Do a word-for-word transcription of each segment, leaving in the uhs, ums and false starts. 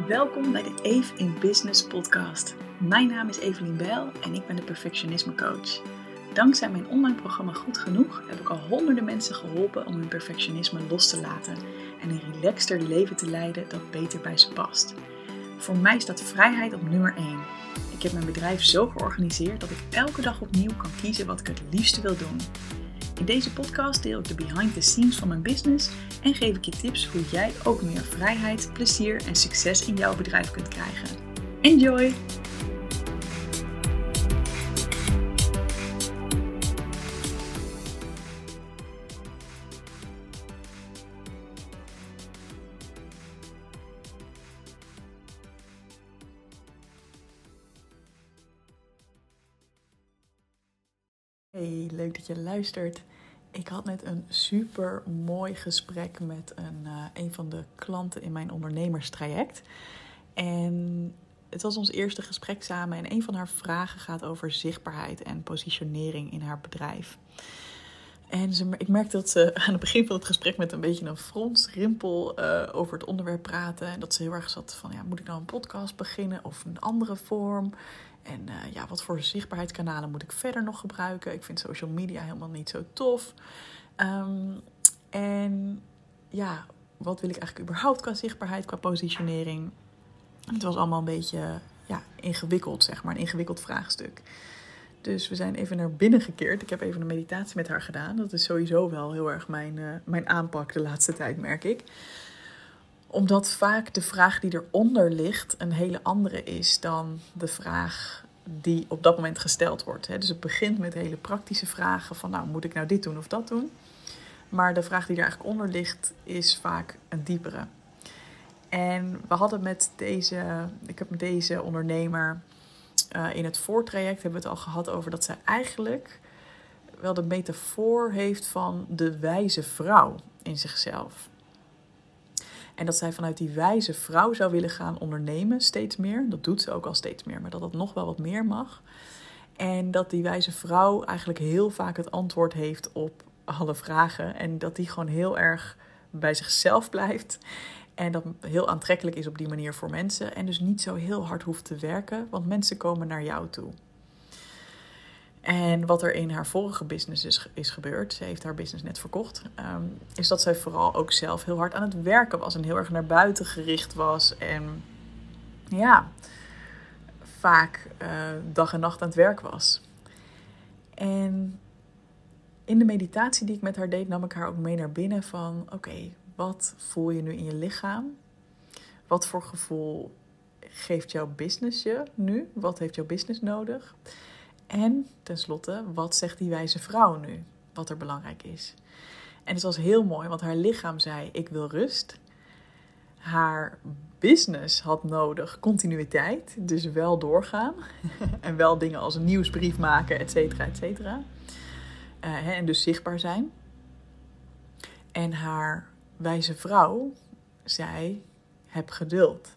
Welkom bij de Eve in Business podcast. Mijn naam is Evelien Bijl en ik ben de perfectionisme coach. Dankzij mijn online programma Goed Genoeg heb ik al honderden mensen geholpen om hun perfectionisme los te laten en een relaxter leven te leiden dat beter bij ze past. Voor mij staat vrijheid op nummer één. Ik heb mijn bedrijf zo georganiseerd dat ik elke dag opnieuw kan kiezen wat ik het liefste wil doen. In deze podcast deel ik de behind the scenes van mijn business en geef ik je tips hoe jij ook meer vrijheid, plezier en succes in jouw bedrijf kunt krijgen. Enjoy! Hey, leuk dat je luistert. Ik had net een super mooi gesprek met een, uh, een van de klanten in mijn ondernemerstraject. En het was ons eerste gesprek samen en een van haar vragen gaat over zichtbaarheid en positionering in haar bedrijf. En ze, ik merkte dat ze aan het begin van het gesprek met een beetje een fronsrimpel uh, over het onderwerp praten. En dat ze heel erg zat van, ja, moet ik nou een podcast beginnen of een andere vorm? En uh, ja, wat voor zichtbaarheidskanalen moet ik verder nog gebruiken? Ik vind social media helemaal niet zo tof. Um, en ja, wat wil ik eigenlijk überhaupt qua zichtbaarheid, qua positionering? Het was allemaal een beetje ja, ingewikkeld, zeg maar, een ingewikkeld vraagstuk. Dus we zijn even naar binnen gekeerd. Ik heb even een meditatie met haar gedaan. Dat is sowieso wel heel erg mijn, uh, mijn aanpak de laatste tijd, merk ik. Omdat vaak de vraag die eronder ligt een hele andere is dan de vraag die op dat moment gesteld wordt. Dus het begint met hele praktische vragen van, nou, moet ik nou dit doen of dat doen? Maar de vraag die er eigenlijk onder ligt is vaak een diepere. En we hadden met deze, ik heb met deze ondernemer uh, in het voortraject hebben we het al gehad over dat zij eigenlijk wel de metafoor heeft van de wijze vrouw in zichzelf. En dat zij vanuit die wijze vrouw zou willen gaan ondernemen, steeds meer. Dat doet ze ook al steeds meer, maar dat het nog wel wat meer mag. En dat die wijze vrouw eigenlijk heel vaak het antwoord heeft op alle vragen. En dat die gewoon heel erg bij zichzelf blijft. En dat heel aantrekkelijk is op die manier voor mensen. En dus niet zo heel hard hoeft te werken, want mensen komen naar jou toe. En wat er in haar vorige business is, is gebeurd, ze heeft haar business net verkocht, um, is dat zij vooral ook zelf heel hard aan het werken was en heel erg naar buiten gericht was. En ja, vaak uh, dag en nacht aan het werk was. En in de meditatie die ik met haar deed, nam ik haar ook mee naar binnen van, oké, okay, wat voel je nu in je lichaam? Wat voor gevoel geeft jouw business je nu? Wat heeft jouw business nodig? En tenslotte, wat zegt die wijze vrouw nu? Wat er belangrijk is. En het was heel mooi, want haar lichaam zei, ik wil rust. Haar business had nodig continuïteit, dus wel doorgaan. En wel dingen als een nieuwsbrief maken, et cetera, et cetera. Uh, en dus zichtbaar zijn. En haar wijze vrouw zei, heb geduld.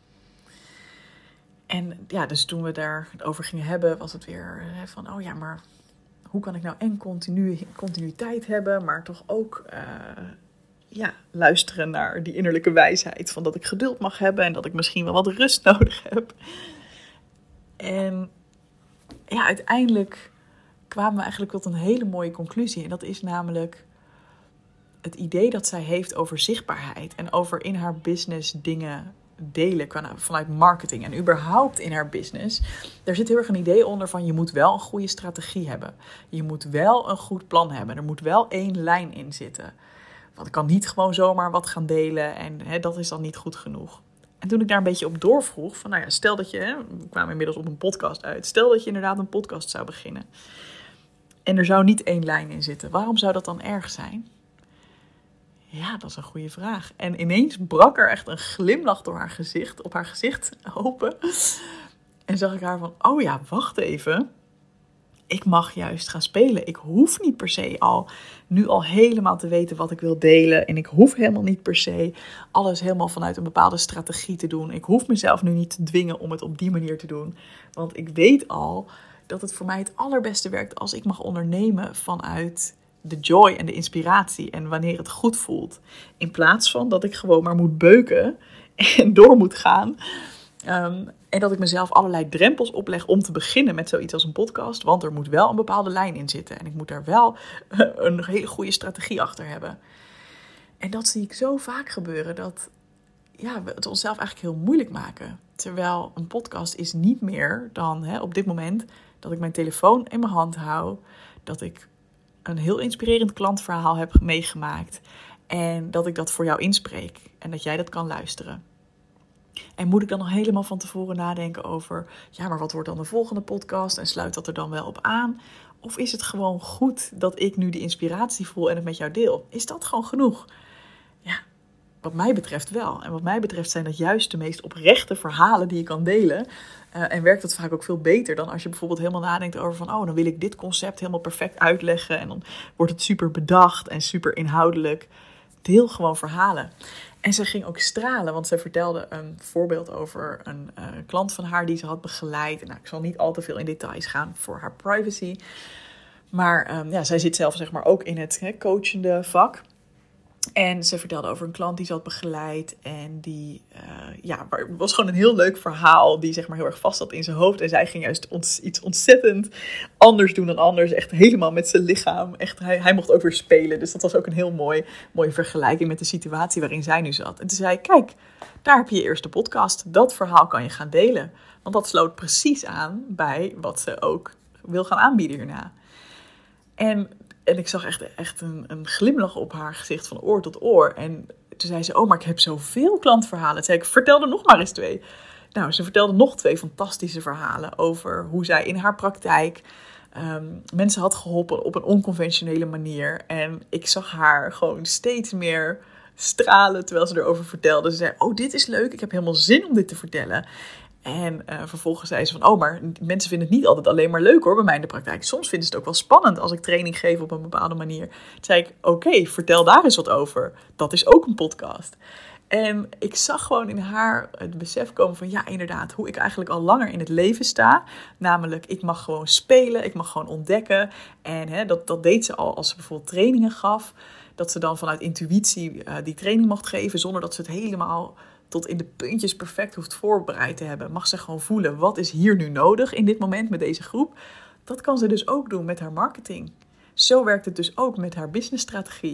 En ja, dus toen we daarover gingen hebben, was het weer hè, van, oh ja, maar hoe kan ik nou en continu, continuïteit hebben, maar toch ook uh, ja, luisteren naar die innerlijke wijsheid van dat ik geduld mag hebben en dat ik misschien wel wat rust nodig heb. En ja, uiteindelijk kwamen we eigenlijk tot een hele mooie conclusie. En dat is namelijk het idee dat zij heeft over zichtbaarheid en over in haar business dingen delen vanuit marketing en überhaupt in haar business. Daar zit heel erg een idee onder van je moet wel een goede strategie hebben. Je moet wel een goed plan hebben. Er moet wel één lijn in zitten. Want ik kan niet gewoon zomaar wat gaan delen en hè, dat is dan niet goed genoeg. En toen ik daar een beetje op doorvroeg van, nou ja, stel dat je, hè, we kwamen inmiddels op een podcast uit. Stel dat je inderdaad een podcast zou beginnen. En er zou niet één lijn in zitten. Waarom zou dat dan erg zijn? Ja, dat is een goede vraag. En ineens brak er echt een glimlach door haar gezicht, op haar gezicht open. En zag ik haar van, oh ja, wacht even. Ik mag juist gaan spelen. Ik hoef niet per se al nu al helemaal te weten wat ik wil delen. En ik hoef helemaal niet per se alles helemaal vanuit een bepaalde strategie te doen. Ik hoef mezelf nu niet te dwingen om het op die manier te doen. Want ik weet al dat het voor mij het allerbeste werkt als ik mag ondernemen vanuit de joy en de inspiratie en wanneer het goed voelt. In plaats van dat ik gewoon maar moet beuken en door moet gaan. Um, en dat ik mezelf allerlei drempels opleg om te beginnen met zoiets als een podcast. Want er moet wel een bepaalde lijn in zitten. En ik moet daar wel een hele goede strategie achter hebben. En dat zie ik zo vaak gebeuren. Dat ja, we het onszelf eigenlijk heel moeilijk maken. Terwijl een podcast is niet meer dan hè, op dit moment dat ik mijn telefoon in mijn hand hou. Dat ik een heel inspirerend klantverhaal heb meegemaakt. En dat ik dat voor jou inspreek. En dat jij dat kan luisteren. En moet ik dan nog helemaal van tevoren nadenken over, ja, maar wat wordt dan de volgende podcast en sluit dat er dan wel op aan? Of is het gewoon goed dat ik nu die inspiratie voel en het met jou deel? Is dat gewoon genoeg? Ja, wat mij betreft wel. En wat mij betreft zijn dat juist de meest oprechte verhalen die je kan delen. Uh, en werkt dat vaak ook veel beter dan als je bijvoorbeeld helemaal nadenkt over van, oh, dan wil ik dit concept helemaal perfect uitleggen en dan wordt het super bedacht en super inhoudelijk. Deel gewoon verhalen. En ze ging ook stralen, want ze vertelde een voorbeeld over een uh, klant van haar die ze had begeleid. Nou, ik zal niet al te veel in details gaan voor haar privacy. Maar um, ja, zij zit zelf zeg maar ook in het hè, coachende vak. En ze vertelde over een klant die ze had begeleid. En die, uh, ja, het was gewoon een heel leuk verhaal die zeg maar heel erg vast zat in zijn hoofd. En zij ging juist ont- iets ontzettend anders doen dan anders. Echt helemaal met zijn lichaam. Echt, hij, hij mocht ook weer spelen. Dus dat was ook een heel mooi, mooie vergelijking met de situatie waarin zij nu zat. En toen zei ik, kijk, daar heb je je eerste podcast. Dat verhaal kan je gaan delen. Want dat sloot precies aan bij wat ze ook wil gaan aanbieden hierna. En... En ik zag echt, echt een, een glimlach op haar gezicht van oor tot oor. En toen zei ze, oh, maar ik heb zoveel klantverhalen. Toen zei ik, vertel er nog maar eens twee. Nou, ze vertelde nog twee fantastische verhalen over hoe zij in haar praktijk um, mensen had geholpen op een onconventionele manier. En ik zag haar gewoon steeds meer stralen terwijl ze erover vertelde. Ze zei, oh, dit is leuk. Ik heb helemaal zin om dit te vertellen. En uh, vervolgens zei ze van, oh, maar mensen vinden het niet altijd alleen maar leuk hoor bij mij in de praktijk. Soms vinden ze het ook wel spannend als ik training geef op een bepaalde manier. Toen zei ik, oké, okay, vertel daar eens wat over. Dat is ook een podcast. En ik zag gewoon in haar het besef komen van, ja, inderdaad, hoe ik eigenlijk al langer in het leven sta. Namelijk, ik mag gewoon spelen, ik mag gewoon ontdekken. En hè, dat, dat deed ze al als ze bijvoorbeeld trainingen gaf. Dat ze dan vanuit intuïtie uh, die training mocht geven zonder dat ze het helemaal tot in de puntjes perfect hoeft voorbereid te hebben. Mag ze gewoon voelen, wat is hier nu nodig in dit moment met deze groep? Dat kan ze dus ook doen met haar marketing. Zo werkt het dus ook met haar businessstrategie.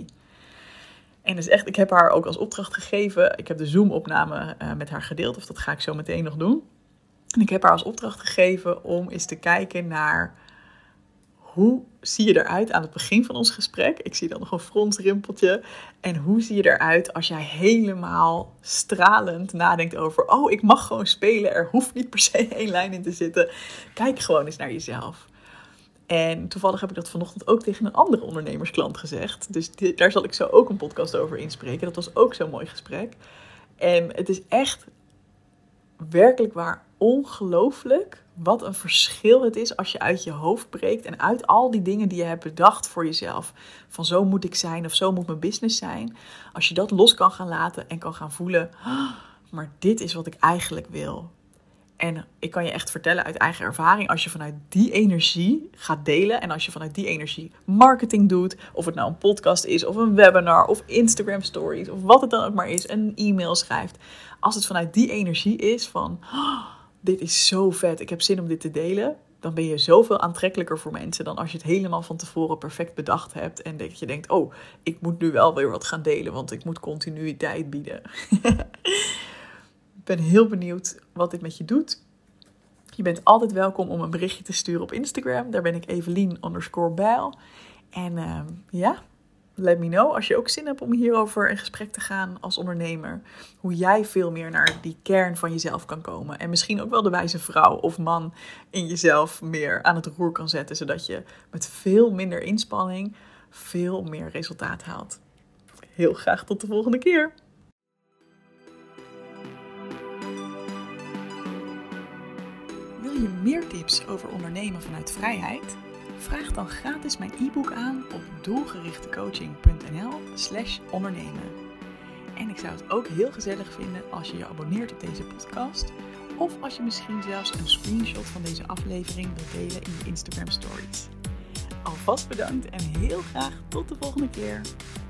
En dus echt, ik heb haar ook als opdracht gegeven. Ik heb de Zoom-opname uh, met haar gedeeld, of dat ga ik zo meteen nog doen. En ik heb haar als opdracht gegeven om eens te kijken naar hoe zie je eruit aan het begin van ons gesprek? Ik zie dan nog een fronsrimpeltje. En hoe zie je eruit als jij helemaal stralend nadenkt over, oh, ik mag gewoon spelen. Er hoeft niet per se één lijn in te zitten. Kijk gewoon eens naar jezelf. En toevallig heb ik dat vanochtend ook tegen een andere ondernemersklant gezegd. Dus dit, daar zal ik zo ook een podcast over inspreken. Dat was ook zo'n mooi gesprek. En het is echt werkelijk waar ongelooflijk wat een verschil het is als je uit je hoofd breekt en uit al die dingen die je hebt bedacht voor jezelf. Van zo moet ik zijn of zo moet mijn business zijn. Als je dat los kan gaan laten en kan gaan voelen, oh, maar dit is wat ik eigenlijk wil. En ik kan je echt vertellen uit eigen ervaring, als je vanuit die energie gaat delen en als je vanuit die energie marketing doet, of het nou een podcast is of een webinar of Instagram stories of wat het dan ook maar is, een e-mail schrijft. Als het vanuit die energie is van, oh, dit is zo vet, ik heb zin om dit te delen, dan ben je zoveel aantrekkelijker voor mensen dan als je het helemaal van tevoren perfect bedacht hebt en dat je denkt, oh, ik moet nu wel weer wat gaan delen, want ik moet continuïteit bieden. Ik ben heel benieuwd wat dit met je doet. Je bent altijd welkom om een berichtje te sturen op Instagram. Daar ben ik Evelien underscore Bijl. En uh, ja, let me know als je ook zin hebt om hierover in gesprek te gaan als ondernemer. Hoe jij veel meer naar die kern van jezelf kan komen. En misschien ook wel de wijze vrouw of man in jezelf meer aan het roer kan zetten. Zodat je met veel minder inspanning veel meer resultaat haalt. Heel graag tot de volgende keer. Wil je meer tips over ondernemen vanuit vrijheid? Vraag dan gratis mijn e-book aan op doelgerichtecoaching.nl slash ondernemen. En ik zou het ook heel gezellig vinden als je je abonneert op deze podcast. Of als je misschien zelfs een screenshot van deze aflevering wilt delen in je Instagram stories. alvast bedankt en heel graag tot de volgende keer.